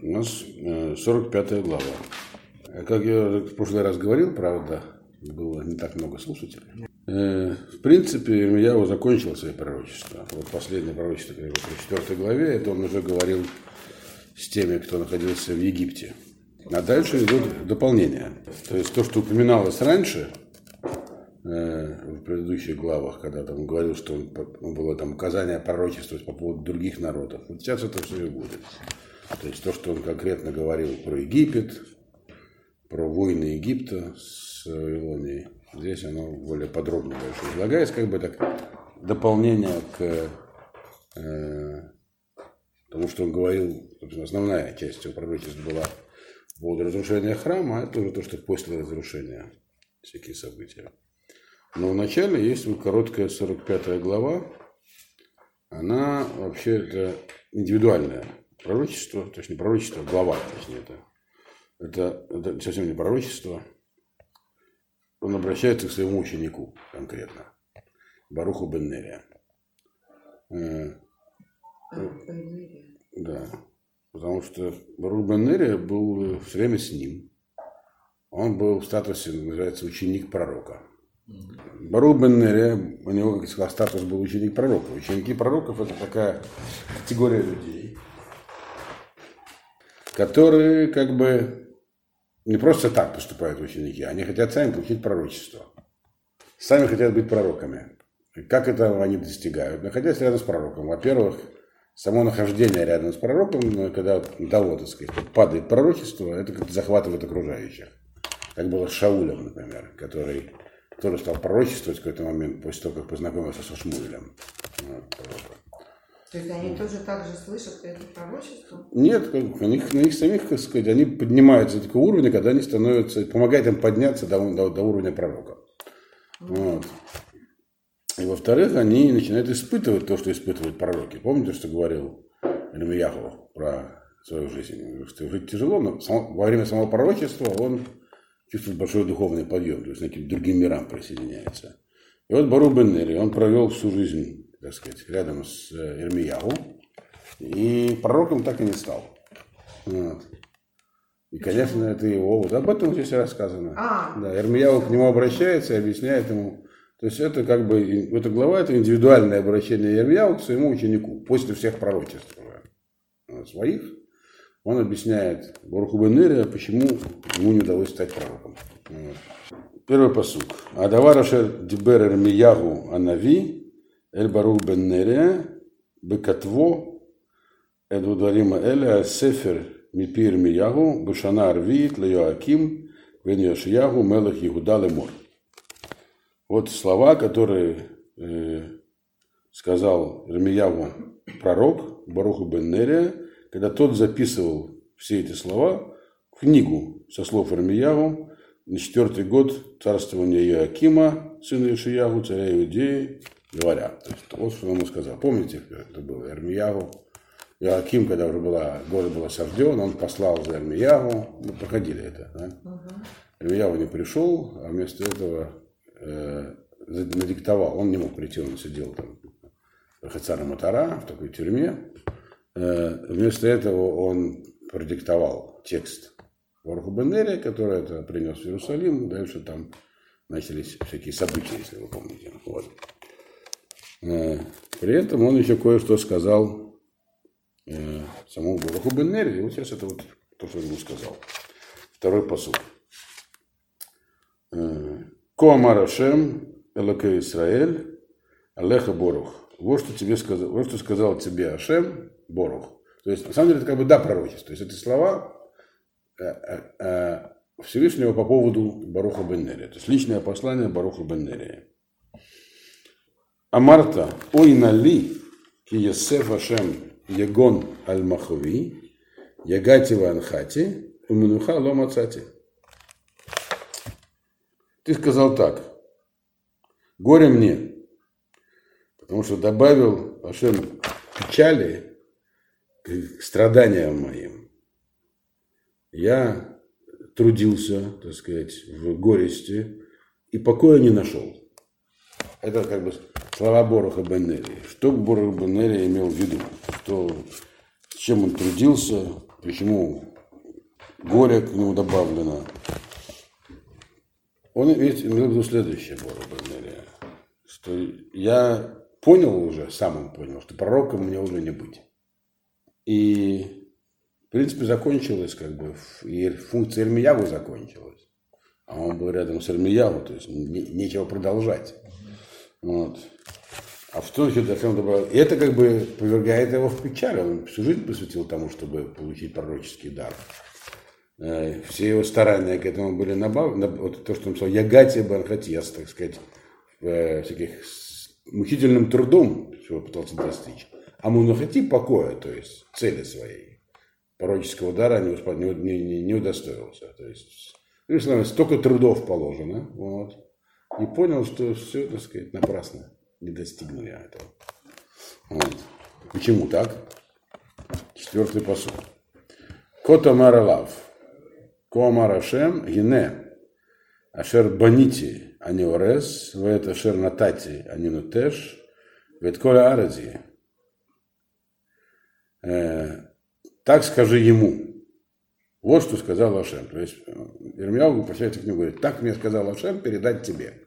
У нас 45 глава. Как я в прошлый раз говорил, правда, было не так много слушателей. В принципе, Ирмияу закончил свои пророчества. Вот последнее пророчество, которое в 4 главе, это он уже говорил с теми, кто находился в Египте. А дальше идут дополнения. То есть то, что упоминалось раньше, в предыдущих главах, когда там он говорил, что было там указание пророчествовать по поводу других народов. Вот сейчас это все и будет. То есть то, что он конкретно говорил про Египет, про войны Египта с Вавилонией, здесь оно более подробно дальше излагается, как бы так дополнение к тому, что он говорил, собственно, основная часть его пророчества была по поводу разрушения храма, а это уже то, что после разрушения всякие события. Но вначале есть вот короткая 45 глава, она вообще это индивидуальное пророчество, точнее не пророчество, а глава, точнее это совсем не пророчество. Он обращается к своему ученику конкретно, Баруху бен Нерия. Да, потому что Барух бен Нерия был все время с ним. Он был в статусе, называется, ученик пророка. Барух бен Нерия, у него, как я сказал, статус был ученик пророка. Ученики пророков – это такая категория людей, которые как бы не просто так поступают ученики, они хотят сами получить пророчество. Сами хотят быть пророками. И как это они достигают? Находясь рядом с пророком. Во-первых, само нахождение рядом с пророком, когда того, так сказать, падает пророчество, это как-то захватывает окружающих. Так было с Шаулем, например, который тоже стал пророчествовать в какой-то момент после того, как познакомился со Шмуэлем. То есть они тоже так же слышат это пророчество? Нет, у них самих, так сказать, они поднимаются до такого уровня, когда они становятся, помогает им подняться до уровня пророка. Вот. И во-вторых, они начинают испытывать то, что испытывают пророки. Помните, что говорил Ирмияху про свою жизнь? Что жить тяжело, но во время самого пророчества он чувствует большой духовный подъем, то есть к каким-то другим мирам присоединяется. И вот Барух бен Нерия, он провел всю жизнь, так сказать, рядом с Ирмияху, и пророком так и не стал. Вот. И, конечно, это его, вот об этом здесь рассказано. Да, Ирмияху к нему обращается и объясняет ему. То есть это как бы, эта глава, это индивидуальное обращение Ирмияху к своему ученику, после всех пророчеств своих. Он объясняет Баруху бен Нерия, почему ему не удалось стать пророком. Первый пасук. Адавар ашер дибер Ирмияху анави эль Барух бен Нерия бекатво эдударима эля сефер мипи Ирмияху бешана арвиит леоаким бен Йошияху мелех Иуда лемор. Вот слова, которые сказал Ирмияху пророк Баруху бен Нерия, когда тот записывал все эти слова в книгу со слов Ирмияху на 4-й год царствования Иоакима, сына Йошияху, царя Иудеи, говоря. То есть вот что он ему сказал. Помните, это было Ирмияху? Иоаким, когда уже город был осажден, он послал за Ирмияху. Мы проходили это. Да? Ирмияху не пришел, а вместо этого надиктовал. Он не мог прийти, он сидел там в Хацара Матара, в такой тюрьме. Вместо этого он продиктовал текст Баруху бен Нерия, который это принес в Иерусалим. Дальше там начались всякие события, если вы помните. Вот. При этом он еще кое-что сказал самому Баруху бен Нерию. И вот сейчас это вот то, что он ему сказал. Второй пасук. Ко амар Ашем элокей Исраэль алеха борух. Вот что тебе сказал, вот что сказал тебе Ашем Борух. То есть, на самом деле, это как бы пророчество. То есть, эти слова Всевышнего по поводу Баруха бен Нерия. То есть, личное послание Баруха бен Нерия. Амарта, ой нали, ки есеф Ашем егон аль-махови, ягати ванхати, уминуха ло мацати. Ты сказал так. Горе мне, потому что добавил Ашем печали к страданиям моим. Я трудился, так сказать, в горести и покоя не нашел. Это как бы слова Баруха бен Нерия. Что Барух бен Нерия имел в виду? С чем он трудился, почему горе к нему добавлено. Он имел в виду следующее, что я понял уже, сам он понял, что пророком мне уже не быть. И, в принципе, закончилось, и функция Ирмияву закончилась. А он был рядом с Ирмияву, то есть нечего продолжать. Вот. А что значит Ашем добавил? И это повергает его в печаль. Он всю жизнь посвятил тому, чтобы получить пророческий дар. Все его старания к этому были набавлены. Вот то, что он сказал, ягати банхатьяс, так сказать, всяких мучительным трудом, чего пытался достичь. А мунахати покоя, то есть цели своей, пророческого дара не удостоился. То есть, столько трудов положено. Вот, и понял, что все, так сказать, напрасно. Не достигнули этого. Вот. Почему так? 4-й пасук. Кота маралав. Коамар Ашем гине. Ашер банити аниорес. Вет ашер натати анинутеш. Вет коля арази. Так скажи ему. Вот что сказал Ашем. То есть Ирмияу обращается к нему и говорит, так мне сказал Ашем передать тебе.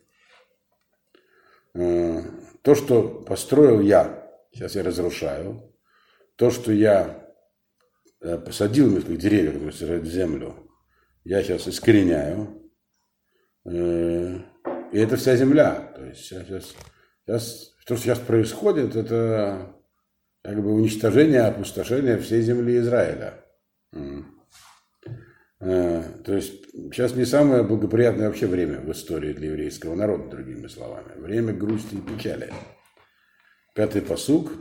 То, что построил я, сейчас я разрушаю. То, что я посадил несколько деревьев, которые сажают в землю, я сейчас искореняю. И это вся земля. То есть сейчас, то, что сейчас происходит, это уничтожение, опустошение всей земли Израиля. То есть сейчас не самое благоприятное вообще время в истории для еврейского народа, другими словами. Время грусти и печали. 5-й пасук.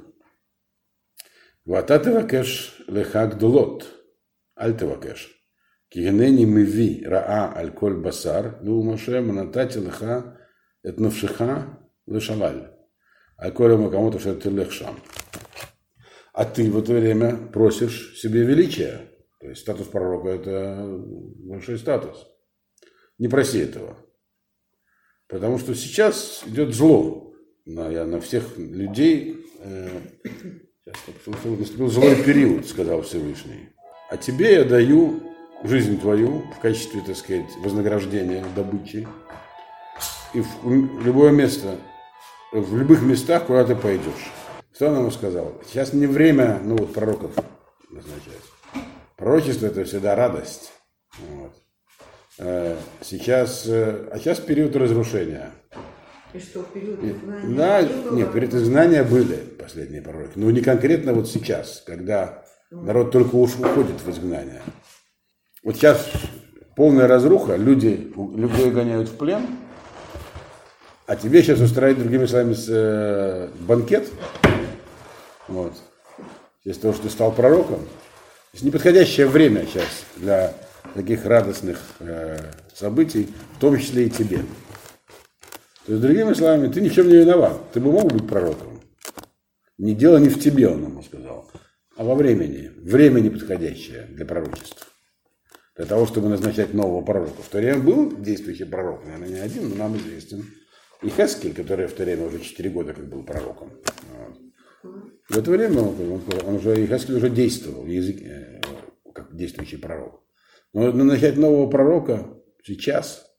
Вата тевакеш леха гдолот. Аль тевакеш. Кигенени миви раа аль коль басар. Ну Моше манатати леха эт навшиха лешаваль. Аль коль макамото шер телех шам. А ты в это время просишь себе величия. То есть статус пророка – это большой статус. Не проси этого. Потому что сейчас идет зло на всех людей. Наступил злой период, сказал Всевышний. А тебе я даю жизнь твою в качестве, так сказать, вознаграждения, добычи. И в любое место, в любых местах, куда ты пойдешь. Что он ему сказал? Сейчас не время, пророков назначать. Пророчество – это всегда радость. Вот. Сейчас период разрушения. И что, период изгнания? Нет, период изгнания были последние пророки. Но не конкретно вот сейчас, когда народ только уходит в изгнание. Вот сейчас полная разруха, людей гоняют в плен, а тебе сейчас устраивают, другими словами, банкет. Вот. Из-за того, что ты стал пророком. Это неподходящее время сейчас для таких радостных событий, в том числе и тебе. То есть, другими словами, ты ни в чем не виноват. Ты бы мог быть пророком. Дело не в тебе, он ему сказал, а во времени. Время неподходящее для пророчества. Для того, чтобы назначать нового пророка. В то время был действующий пророк, наверное, не один, но нам известен. И Хескель, который в то время уже 4 года как был пророком. Вот. В это время Хескель уже действовал как действующий пророк. Но начать нового пророка сейчас,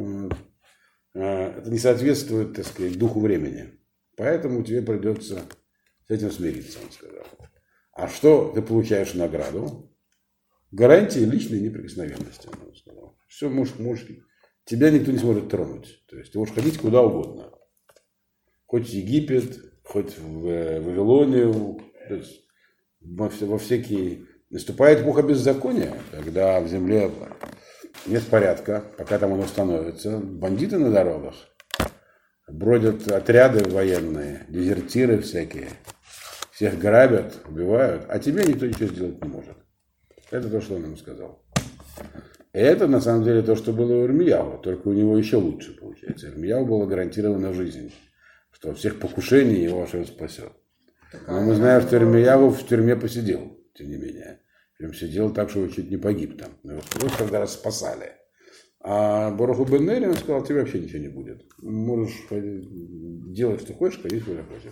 это не соответствует, так сказать, духу времени. Поэтому тебе придется с этим смириться, он сказал. А что ты получаешь в награду? Гарантии личной неприкосновенности, он сказал. Все, можешь, тебя никто не сможет тронуть. То есть ты можешь ходить куда угодно. Хоть в Египет, хоть в Вавилонию, то есть во всякие... Наступает эпоха беззакония, когда в земле нет порядка, пока там он установится. Бандиты на дорогах, бродят отряды военные, дезертиры всякие, всех грабят, убивают, а тебе никто ничего сделать не может. Это то, что он ему сказал. И это, на самом деле, то, что было у Ирмияу, только у него еще лучше получается. Ирмияу была гарантирована жизнь, что всех покушений его Ашем спасет. Но мы знаем, что Ирмияу в тюрьме посидел. Тем не менее, прям сидел так, что он чуть не погиб там. Его просто когда раз спасали. А Баруху бен Нери, он сказал, тебе вообще ничего не будет. Можешь делать, что хочешь, ходить, куда хочешь.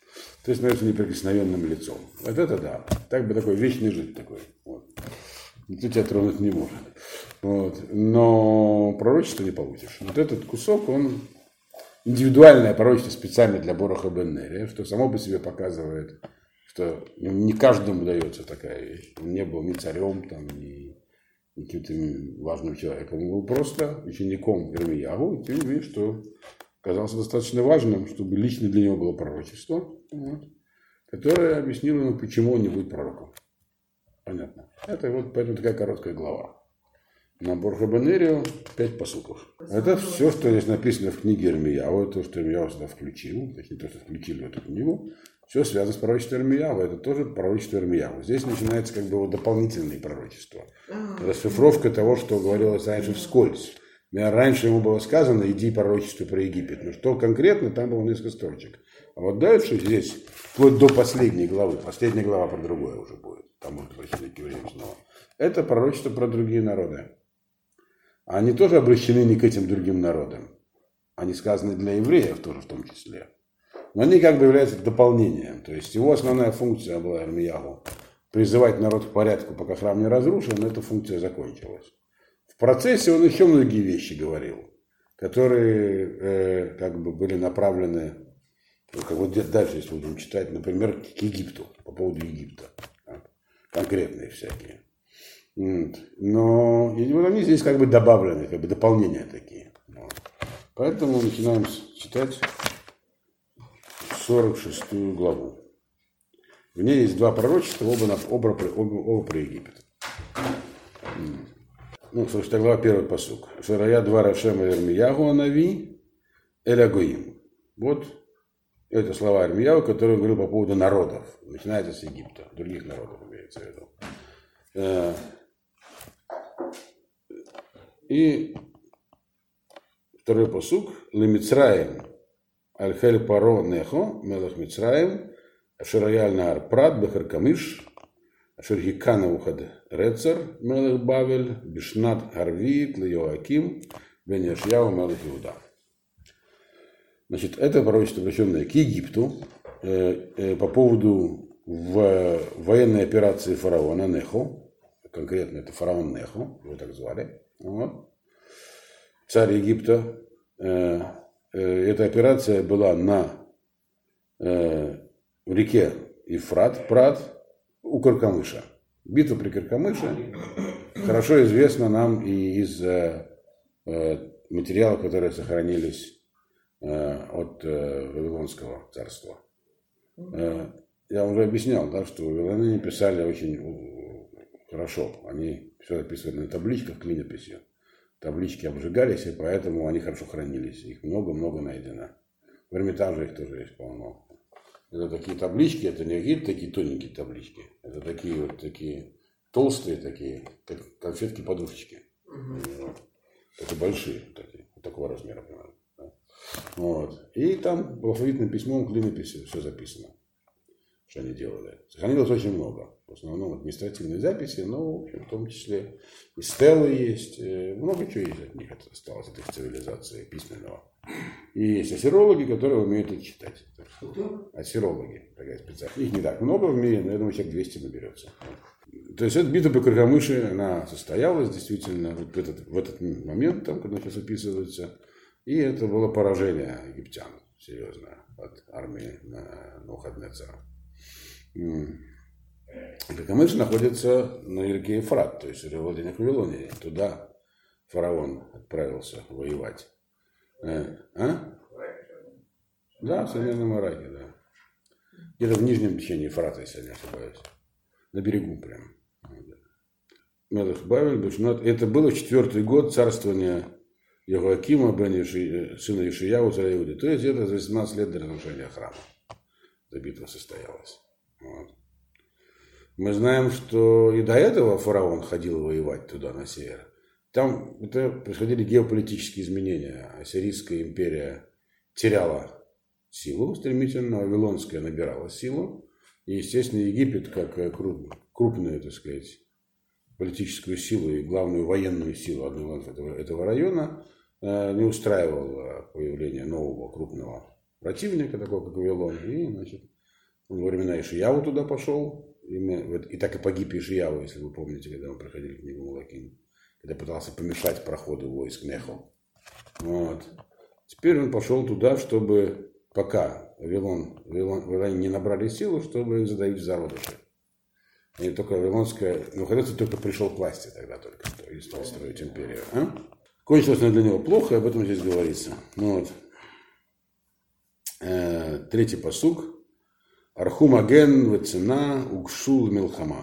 Ты становишься неприкосновенным лицом. Вот это да. Так бы такой вечный жид такой. Вот. Никто тебя тронуть не может. Вот. Но пророчество не получишь. Вот этот кусок, он индивидуальное пророчество специально для Бороха бен Нерия, что само по себе показывает, что не каждому дается такая вещь. Он не был ни царем, там, ни каким-то важным человеком. Он был просто учеником Ирмиягу, и ты видишь, что оказался достаточно важным, чтобы лично для него было пророчество, вот, которое объяснило ему, почему он не будет пророком. Понятно. Это вот поэтому такая короткая глава. На Бороха бен Нерию 5 пасуков. Это все, что здесь написано в книге Ирмияу, то, что Ирмияу сюда включил, точнее, то, что включили в эту книгу, все связано с пророчеством Ирмияу. Это тоже пророчество Ирмияу. Здесь начинается как бы вот дополнительные пророчества. Расшифровка того, что говорилось раньше вскользь. Раньше ему было сказано, иди пророчество про Египет. Но что конкретно, там было несколько строчек. А вот дальше здесь, вплоть до последней главы, последняя глава про другое уже будет. Там будет обращены к евреям снова. Это пророчество про другие народы. Они тоже обращены не к этим другим народам. Они сказаны для евреев тоже в том числе. Но они как бы являются дополнением. То есть его основная функция была Ирмиягу призывать народ к порядку, пока храм не разрушен, но эта функция закончилась. В процессе он еще многие вещи говорил, которые как бы были направлены, как вот дальше, если будем читать, например, к Египту, по поводу Египта. Конкретные всякие. Но и вот они здесь как бы добавлены, как бы дополнения такие. Вот. Поэтому начинаем читать 46 главу. В ней есть 2 пророчества, оба про Египет. Ну, 46 глава, первый пасук. Шарая два Рашема Ирмиягу анави эль агоим. Вот это слова Ирмиягу, которые он говорил по поводу народов. Начинается с Египта, других народов имеется в виду. И второй пасук. Лемицраем аль-хель паро нехо мелах Мицраем ашираяль наар прад бехар камиш ашер ухад рецер мелах Бавель бишнат гарвиит леоаким бен Яшьяу мелах Иуда. Значит, это пророчество, обращенное к Египту по поводу военной операции фараона Нехо. Конкретно это фараон Нехо, его так звали. Вот. Царь Египта. Эта операция была в реке Ефрат, Прат, у Каркамыша. Битва при Каркамыше хорошо известна нам и из материалов, которые сохранились от Вавилонского царства. Я уже объяснял, да, что вавилоняне писали очень хорошо. Они все описывали на табличках клинописью. Таблички обжигались, и поэтому они хорошо хранились. Их много-много найдено. В Эрмитаже их тоже есть полно. Это такие таблички, это не какие-то такие тоненькие таблички. Это такие толстые, такие, как конфетки-подушечки. Это большие, такие, вот такого размера примерно. Вот. И там алфавитным письмом, клинописью все записано, что они делали. Сохранилось очень много. В основном административные записи, но в том числе и стелы есть. Много чего есть от них осталось, от их цивилизации письменного. И есть ассирологи, которые умеют это читать. Ассирологи, такая специальность. Их не так много в мире, но я думаю, человек 200 наберется. То есть эта битва при Каркамыше, она состоялась действительно вот в этот момент, там, когда сейчас описывается. И это было поражение египтян, серьезно, от армии Навуходоносора. Каркамыш находится на реке Ефрат, то есть в владениях Вавилонии. Туда фараон отправился воевать. Да, в современном Ираке, да. Где-то в нижнем течении Ефрата, если я не ошибаюсь. На берегу прям. Мелах Бавель, Бешнат. Это было 4-й год царствования Йоакима, сына Ишияу, царя Иуды. То есть это за 18 лет до разрушения храма. Эта битва состоялась. Вот. Мы знаем, что и до этого фараон ходил воевать туда, на север. Там происходили геополитические изменения. Ассирийская империя теряла силу стремительно, Вавилонская набирала силу. И, естественно, Египет, как крупную, так сказать, политическую силу и главную военную силу этого района, не устраивал появление нового крупного противника, такого как Вавилон. И, значит, Он во времена Ишияву туда пошел, и так и погиб Ишияву, если вы помните, когда мы проходили книгу Малахим, когда пытался помешать проходу войск Нехо. Вот. Теперь он пошел туда, чтобы пока Вавилоне не набрали силу, чтобы их задавить в зародыши. И только Вавилонская, Навуходоносор только пришел к власти тогда только что и стал строить империю. Кончилось она для него плохо, и об этом здесь говорится. Вот. Третий пасук. Архумаген вецена укшул милхама.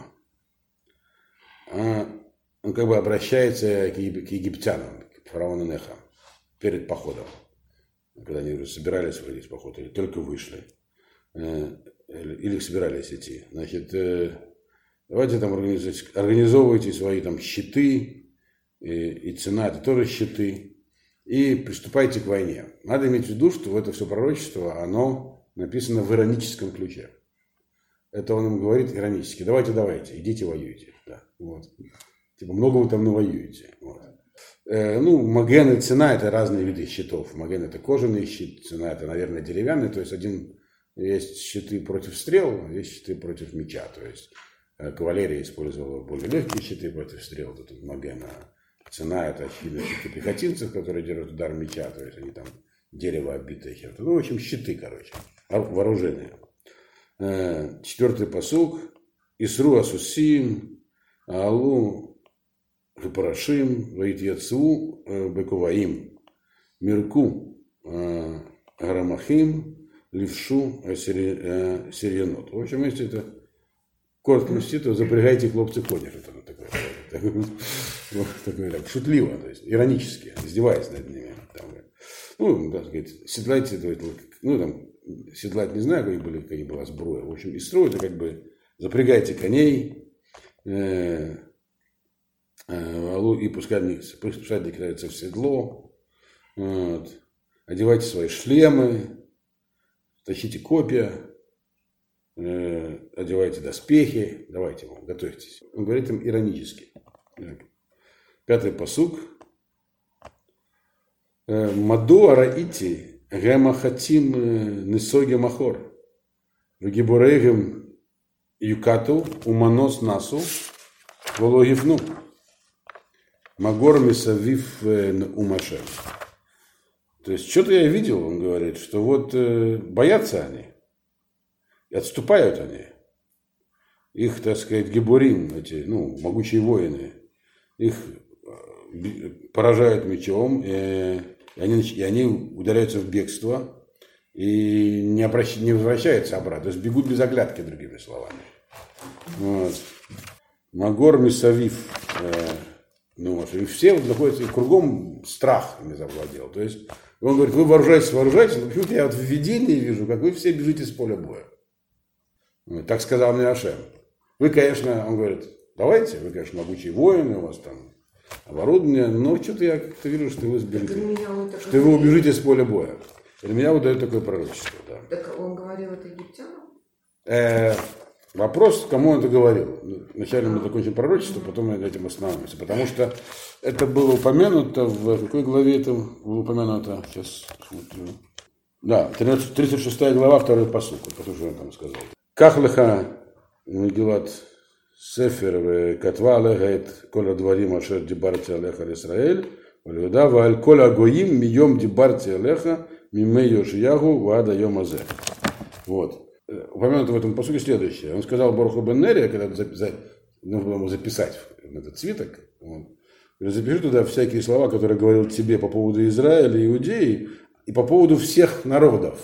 Он как бы обращается к египтянам, к фараону Нехо, перед походом. Когда они уже собирались выйти в поход, или только вышли, или собирались идти. Значит, давайте там организовывайте свои там щиты, и цена это тоже щиты, и приступайте к войне. Надо иметь в виду, что это все пророчество, оно написано в ироническом ключе. Это он им говорит иронически. Давайте, идите воюйте. Да, вот. Типа, много вы там навоюете. Вот. Маген и цена это разные виды щитов. Маген это кожаный щит, цена это, наверное, деревянный. То есть есть щиты против стрел, а есть щиты против меча. То есть кавалерия использовала более легкие щиты против стрел. Тут маген. Цена это щиты пехотинцев, которые держат удар меча. То есть они там дерево оббитое. В общем, щиты, короче, вооруженные. Четвертый пасук. Исру асусим, аалу Парашим, Ваитьяцу, Бекуваим, Мирку, Гарамахим, Левшу, Сириенот. В общем, если это коротко мстит, то запрягайте хлопцы кони. Такое шутливо, то есть иронически, издеваясь над ними. Седлайте, седлать не знаю, какая была сбруя. В общем, и строят, это как бы запрягайте коней, и пускай кидаются в седло, вот. Одевайте свои шлемы, тащите копья, одевайте доспехи, давайте, готовьтесь. Он говорит им иронически. Пятый пасук. Маду араити гемахатим несоги махор вегиборегем юкату уманос насу вологивну. Магор Мисавив Умашем. То есть, что-то я видел, он говорит, что вот боятся они, и отступают они. Их, так сказать, гебурим, эти, могучие воины, их поражают мечом, и они удаляются в бегство, и не возвращаются обратно, то есть бегут без оглядки, другими словами. Вот. Магор Мисавив. И все находятся, и кругом страх ими завладел. То есть он говорит, вы вооружаетесь, но почему-то я в видении вижу, как вы все бежите с поля боя. Так сказал мне Ашем. Вы, конечно, он говорит, давайте, вы, конечно, могучие воины, у вас там оборудование, но что-то я как-то вижу, что вы сбежите, что вы убежите с поля боя. Для меня вот дает такое пророчество. Да. Так он говорил это египтянам? Вопрос, кому он это говорил. Вначале мы закончим пророчество, потом мы этим остановимся. Потому что это было упомянуто, в какой главе это было упомянуто? Сейчас смотрю. Да, 36 глава, 2 пасук. Послушай, он там сказал. Кахлеха Мегилат Сефер Катва Алехает Коля Дварим Ашер Дибарти Алеха Исраэль Валюда Валь Коля Гоим Мием Дибарти Алеха Мимей Йошиягу Вада Йомазе. Вот. Упомянуто в этом посуке следующее. Он сказал Баруху бен Нерия, когда нужно было записать этот свиток, запиши туда всякие слова, которые говорил тебе по поводу Израиля, Иудеи и по поводу всех народов.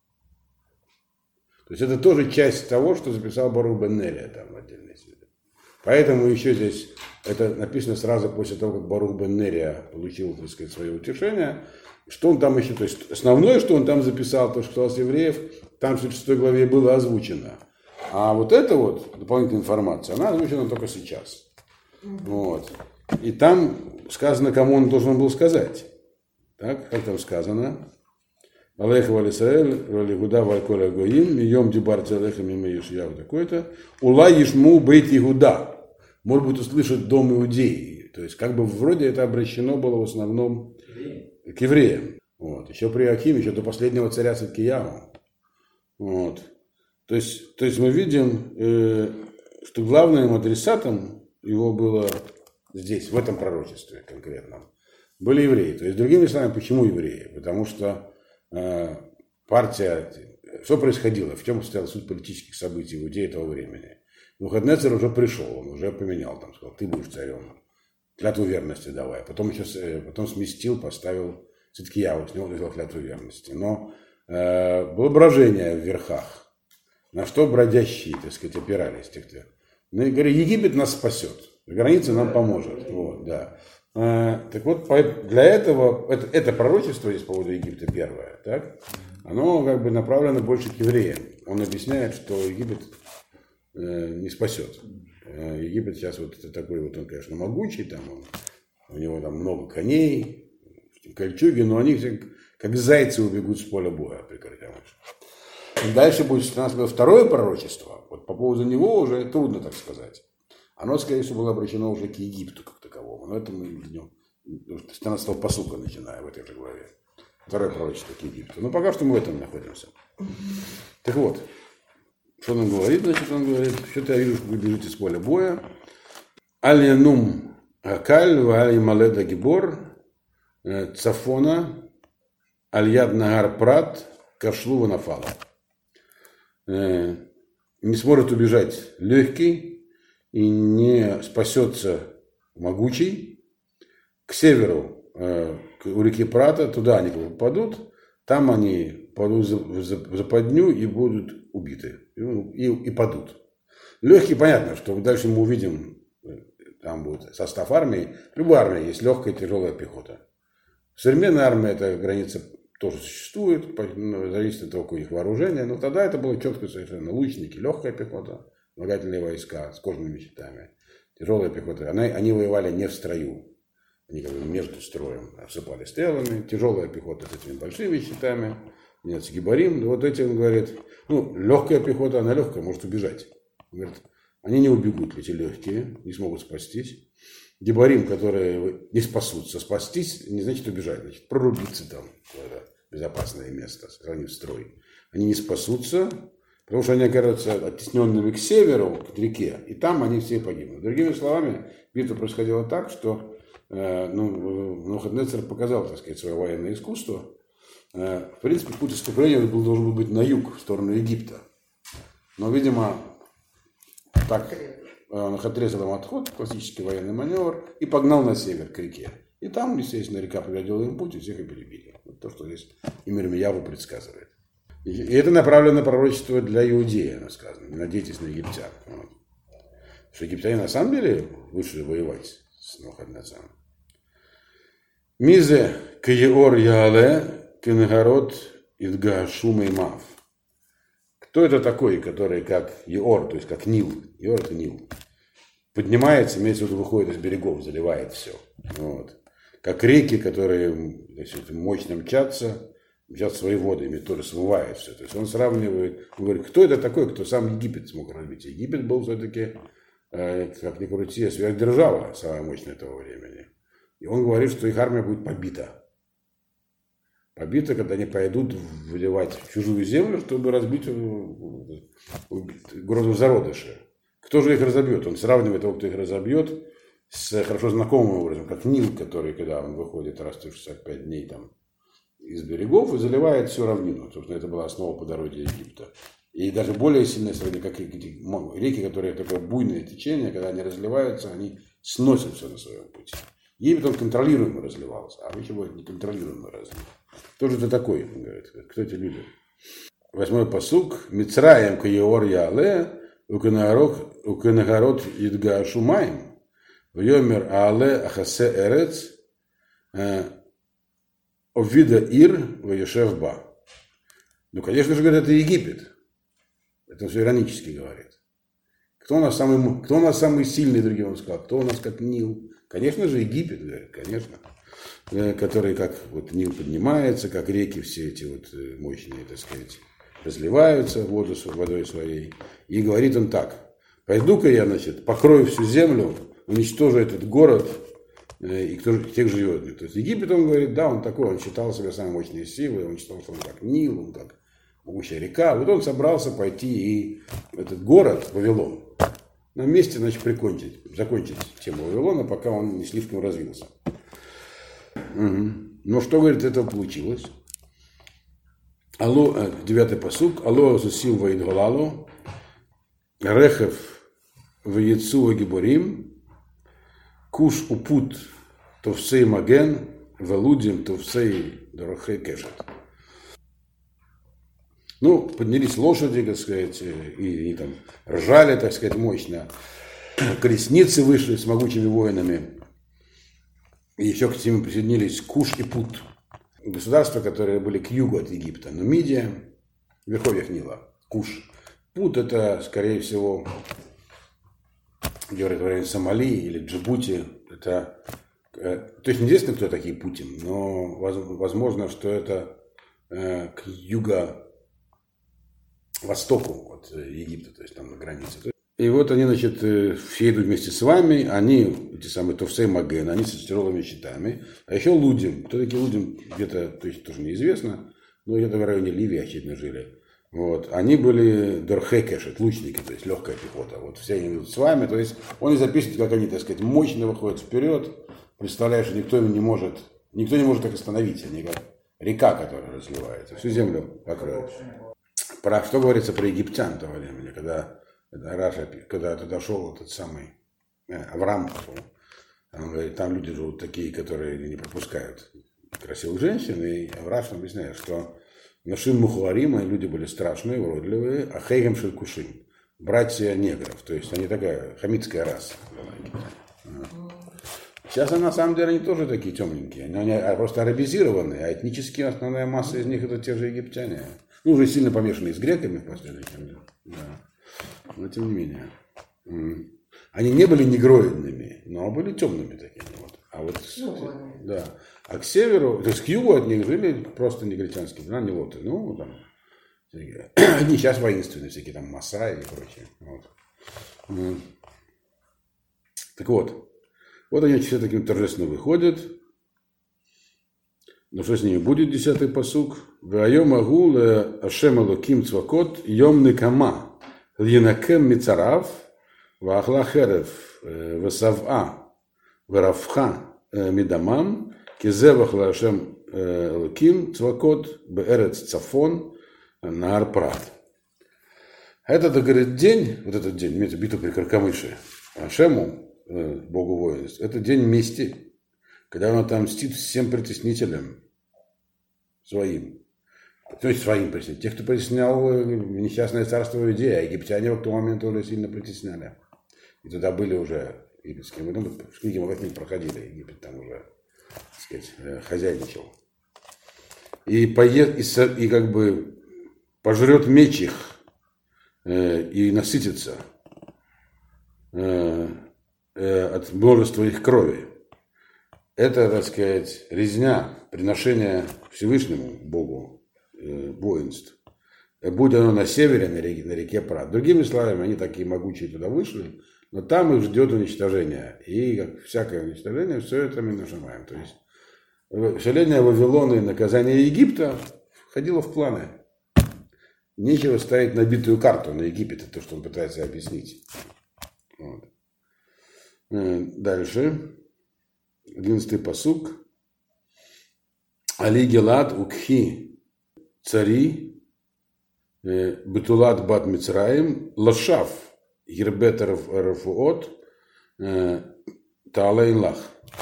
То есть это тоже часть того, что записал Барух бен Нерия там в отдельной свиток. Поэтому еще здесь это написано сразу после того, как Барух бен Нерия получил, так сказать, свое утешение. Что он там еще, то есть основное, что он там записал, то, что касалось евреев, там в 36 главе было озвучено. А вот эта вот дополнительная информация, она озвучена только сейчас. Вот. И там сказано, кому он должен был сказать. Так, как там сказано? Алеха валь Исраэль, валь Игуда валь коля гоим, мием дибарти алеха мимо Ешияу такой-то, ула ешму бейт Игуда. Может быть, услышат дом Иудеи. То есть, как бы вроде это обращено было в основном к евреям. Вот. Еще при Иоахиме, еще до последнего царя Цидкияу. Вот. То есть мы видим, что главным адресатом его было здесь, в этом пророчестве конкретном, были евреи. То есть, другими словами, почему евреи? Потому что партия, что происходило, в чем состояла суть политических событий в Иудее этого времени? Навуходоносор уже пришел, он уже поменял, там, сказал, ты будешь царем, клятву верности давай. Потом сместил, поставил Циткияу, с него взял клятву верности. Но было брожение в верхах, на что бродящие, так сказать, опирались. Ну, и говорю, Египет нас спасет, граница нам поможет. Вот, да. Так вот, для этого, это пророчество здесь по поводу Египта первое, так? Оно как бы направлено больше к евреям. Он объясняет, что Египет не спасет. Египет сейчас вот такой вот, он, конечно, могучий, там у него там много коней, кольчуги, но они все как зайцы убегут с поля боя. Дальше будет второе пророчество. Вот по поводу него уже трудно так сказать. Оно, скорее всего, было обращено уже к Египту как таковому. Но это мы идем с 13-го пасука, начиная в этой же главе. Второе пророчество к Египту. Но пока что мы в этом находимся. Так вот, что он говорит? Значит, он говорит, что-то я вижу, что вы бежите с поля боя. Аль-Янум Акаль, Аль-Маледа Гибор, Цафона, Аль-Яд Нагар Прат, Кашлу Ванафала. Не сможет убежать легкий, и не спасется могучий. К северу, у реки Прата, туда они попадут, там они падут в западню и будут убиты, и падут. Легкий, понятно, что дальше мы увидим, там будет состав армии. В любой армии есть легкая и тяжелая пехота. В современной армии эта граница тоже существует, зависит от того, какое их вооружение, но тогда это было четко совершенно. Лучники, легкая пехота, вспомогательные войска с кожаными щитами, тяжелая пехота. Они воевали не в строю, они как бы между строем обсыпали стрелами. Тяжелая пехота с этими большими щитами, нет, с гибарим. Вот эти, он говорит, легкая пехота, она легкая, может убежать. Он говорит, они не убегут, эти легкие, не смогут спастись. Гибарим, которые не спасутся, спастись не значит убежать, значит прорубиться там в это безопасное место, сохранив строй. Они не спасутся, потому что они окажутся оттесненными к северу, к реке, и там они все погибнут. Другими словами, битва происходила так, что Навуходоносор показал, так сказать, свое военное искусство. В принципе, путь отступления должен был быть на юг, в сторону Египта. Но, видимо, так он отрезал им отход, классический военный маневр, и погнал на север, к реке. И там, естественно, река преградила им путь, и всех и перебили. Вот то, что здесь Ирмияу предсказывает. И это направлено пророчество для Иудеи, оно сказано. Не надейтесь на египтян. Вот. Что египтяне на самом деле вышли воевать с Навуходоносором. Мизе кеор яале кенгарот идгашу меймав. Кто это такой, который как Еор, то есть как Нил? Еор это Нил. Поднимается, имеется в виду, выходит из берегов, заливает все. Вот. Как реки, которые мощно мчатся свои воды, ими тоже смывает все. То есть он сравнивает, он говорит, кто это такой, кто сам Египет смог разбить. Египет был все-таки, как ни крути, сверхдержава, самая мощная этого времени. И он говорит, что их армия будет побита. Побита, когда они пойдут выливать в чужую землю, чтобы разбить грозу зародыши. Кто же их разобьет? Он сравнивает того, кто их разобьет, с хорошо знакомым образом, как Нил, который, когда он выходит раз в 65 дней там, из берегов и заливает всю равнину. Собственно, это была основа плодородия Египта. И даже более сильное сравнение, как реки, которые такое буйное течение, когда они разливаются, они сносят все на своем пути. Египет он контролируемо разливался, а вы чего неконтролируемо разлив. Кто же это такой? Он говорит, кто эти люди? 8-й пасук. Мицраем кеор яале укенагород идгашу маим вьомер аале ахасе эрец овида ир вешевба. Конечно же, говорит, это Египет. Это все иронически говорит. Кто у нас самый сильный, другим он сказал? Кто у нас как Нил? Конечно же, Египет, говорит, конечно. Который как вот Нил поднимается, как реки все эти вот мощные, так сказать, разливаются водой своей. И говорит он так: пойду-ка я, значит, покрою всю землю, уничтожу этот город, и кто тех живет. То есть Египет, он говорит, да, он такой, он считал себя самой мощной силой, он считал, что он как Нил, он как могучая река. Вот он собрался пойти и этот город, Вавилон, на месте, значит, закончить тему Вавилона, пока он не слишком развился. Но что, говорит, это получилось? 9-й пасук. Алло зусил ваидголалу, рехев ваецу гиборим, куш упут товсей маген, валудим товсей дорохей кешет. Ну, поднялись лошади, так сказать, и там ржали, так сказать, мощно. Колесницы вышли с могучими воинами. И еще к ним присоединились Куш и Пут. Государства, которые были к югу от Египта. Нумидия, в верховьях Нила. Куш. Пут это, скорее всего, говорят, в районе Сомали или Джибути. Это, то есть неизвестно, кто такие Путин, но возможно, что это к юго-востоку от Египта, то есть там на границе. И вот они, значит, все идут вместе с вами, они, эти самые Товсей Маген, они с тяжелыми щитами. А еще Лудим. Кто такие Лудим, где-то, то есть тоже неизвестно, но где-то в районе Ливии, очевидно, жили. Вот. Они были Дорхекешет, лучники, то есть легкая пехота. Вот все они идут с вами, то есть он и записывает, как они, так сказать, мощно выходят вперед. Представляешь, никто не может их остановить, они как река, которая разливается, всю землю покроет. Что говорится про египтян того времени, когда туда шел этот самый Авраам, он говорит, там люди живут такие, которые не пропускают красивых женщин, и Авраам объясняет, что Нашим Мухуарима люди были страшные, уродливые, а Хейгем Шелькушим, братья негров, то есть они такая хамитская раса. Сейчас на самом деле они тоже такие темненькие, они просто арабизированные, а этнически основная масса из них это те же египтяне. Ну, уже сильно помешанные с греками в последующем. Да. Но тем не менее. Они не были негроидными, но были темными такими. Вот. А вот да. А к северу, то есть к югу от них жили просто негритянские нилоты. Ну, там, одни сейчас воинственные, всякие там масаи и прочее. Вот. Так вот. Вот они все таким торжественно выходят. Но что с ними будет, 10-й пасук? Ваайом агу Ашем Элоким Цвакот Йом Некама Льянакем Мицарав Ваахла Херев Весав'a Веравха Мидамам Кизевах Лашем Элоким Цвакот Беэрец Цафон Наар Прат. Это, говорит, день, вот этот день, имеется битва при Каркамыше, Ашему, Богу воинств, это день мести, когда он отомстит всем притеснителям своим. То есть своим притеснителям. Тех, кто притеснял несчастное царство Иудея, а египтяне в тот момент уже сильно притесняли. И туда были уже египетские. Мы в книге мы как-нибудь проходили, Египет там уже, так сказать, хозяйничал. И как бы пожрет меч их и насытится от множества их крови. Это, так сказать, резня, приношение Всевышнему Богу воинств. Будь оно на севере, на реке Прат. Другими словами, они такие могучие туда вышли, но там их ждет уничтожение. И, как всякое уничтожение, все это мы нажимаем. То есть, вселение Вавилона и наказание Египта входило в планы. Нечего ставить набитую карту на Египет, это то, что он пытается объяснить. Вот. Дальше. 11-й пасук. Али Гелад Укхи Цари Бетулат Бат Мицраим Лашав Ербетер Рафуот Таалейн Лах.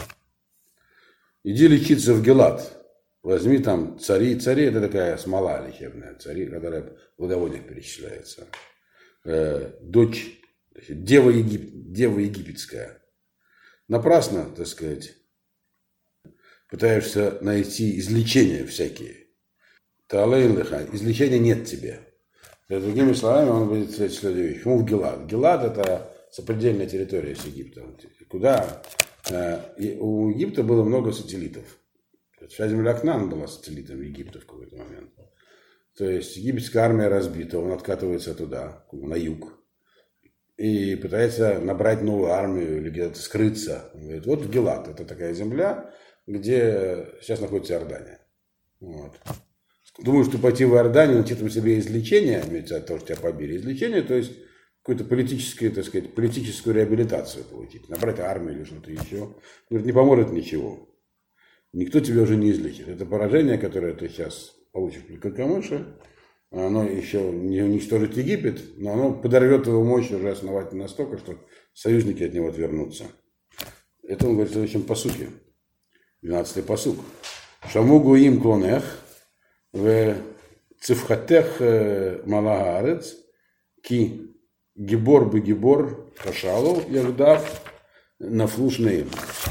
Иди лечиться в Гелад. Возьми там цари. Цари это такая смола лечебная. Цари, которая в водоводях перечисляется. Дочь, дева египетская. Напрасно, так сказать, пытаешься найти излечения всякие. Таалейн лаха, излечения нет тебе. Другими словами, он будет сказать следующее. Почему в Гелад? Гелад это сопредельная территория с Египтом. Куда у Египта было много сателлитов. Вся земля Кнаан была сателлитом Египта в какой-то момент. То есть египетская армия разбита, он откатывается туда, на юг. И пытается набрать новую армию или где-то скрыться. Он говорит, вот в Гелад, это такая земля, где сейчас находится Иордания. Вот. Думаю, что пойти в Иорданию, найти там себе излечение, имеется от того, что тебя побили, излечение, то есть какую-то политическую, так сказать, политическую реабилитацию получить, набрать армию или что-то еще. Говорит, не поможет ничего. Никто тебя уже не излечит. Это поражение, которое ты сейчас получишь при Каркамыше, оно еще не уничтожит Египет, но оно подорвет его мощь уже основательно настолько, что союзники от него отвернутся. Это он говорит в следующем пасуке, 12-й пасук. Шамугу им клонех, в цифхатех малаагаарец, ки гибор бы гибор кашалу ягдав нафлушнеем.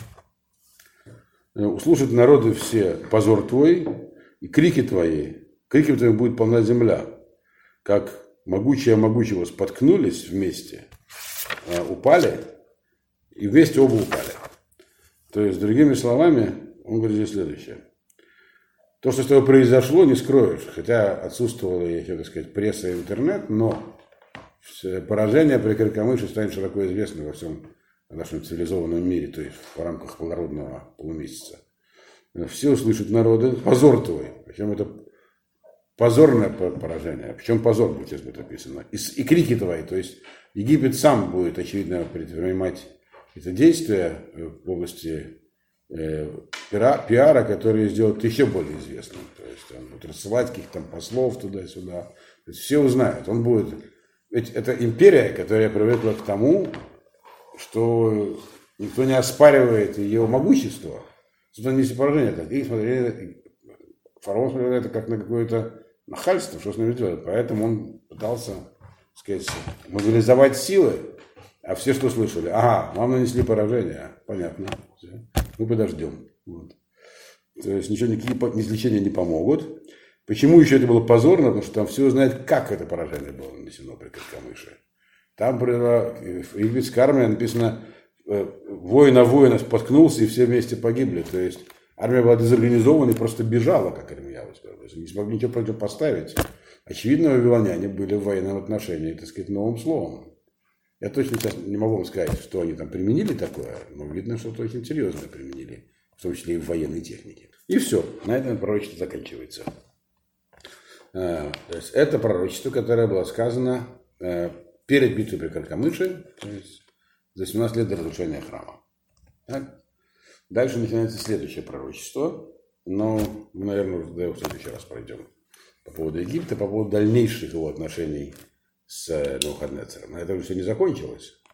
Услышат народы все позор твой и крики твои будет полна земля, как могучего споткнулись вместе, упали, и вместе оба упали. То есть, другими словами, он говорит здесь следующее. То, что с тобой произошло, не скроешь, хотя отсутствовала, так сказать, пресса и интернет, но поражение при Каркамыше станет широко известно во всем нашем цивилизованном мире, то есть в рамках плодородного полумесяца. Все услышат народы, позор твой, причем это позорное поражение, причем позор будет здесь будет описано, и крики твои, то есть Египет сам будет, очевидно, предпринимать это действие в области пиара, которые сделают еще более известным, то есть он будет рассылать каких-то послов туда-сюда, то есть все узнают, он будет, ведь это империя, которая привыкла к тому, что никто не оспаривает ее могущество. Тут не поражение, так, и смотрели, фараон смотрел это как на какое-то нахальство, что с ними делать. Поэтому он пытался, так сказать, мобилизовать силы, а все, что слышали, ага, вам нанесли поражение, понятно, мы подождем. Вот. То есть ничего, никакие излечения не помогут. Почему еще это было позорно? Потому что там все знают, как это поражение было нанесено при Каркамыше. Там в египетской армии написано, воин на воина споткнулся, и все вместе погибли. То есть армия была дезорганизована и просто бежала, как Ирмияу сказал. Не смогли ничего противопоставить. Очевидно, вавилоняне были в военном отношении, так сказать, новым словом. Я точно сейчас не могу вам сказать, что они там применили такое, но видно, что это очень серьезно применили, в том числе и в военной технике. И все, на этом пророчество заканчивается. То есть это пророчество, которое было сказано перед битвой при Каркамыше, то есть за 17 лет до разрушения храма. Так? Дальше начинается следующее пророчество, но мы, наверное, уже в следующий раз пройдем по поводу Египта, по поводу дальнейших его отношений с Навуходоносором. На этом все не закончилось.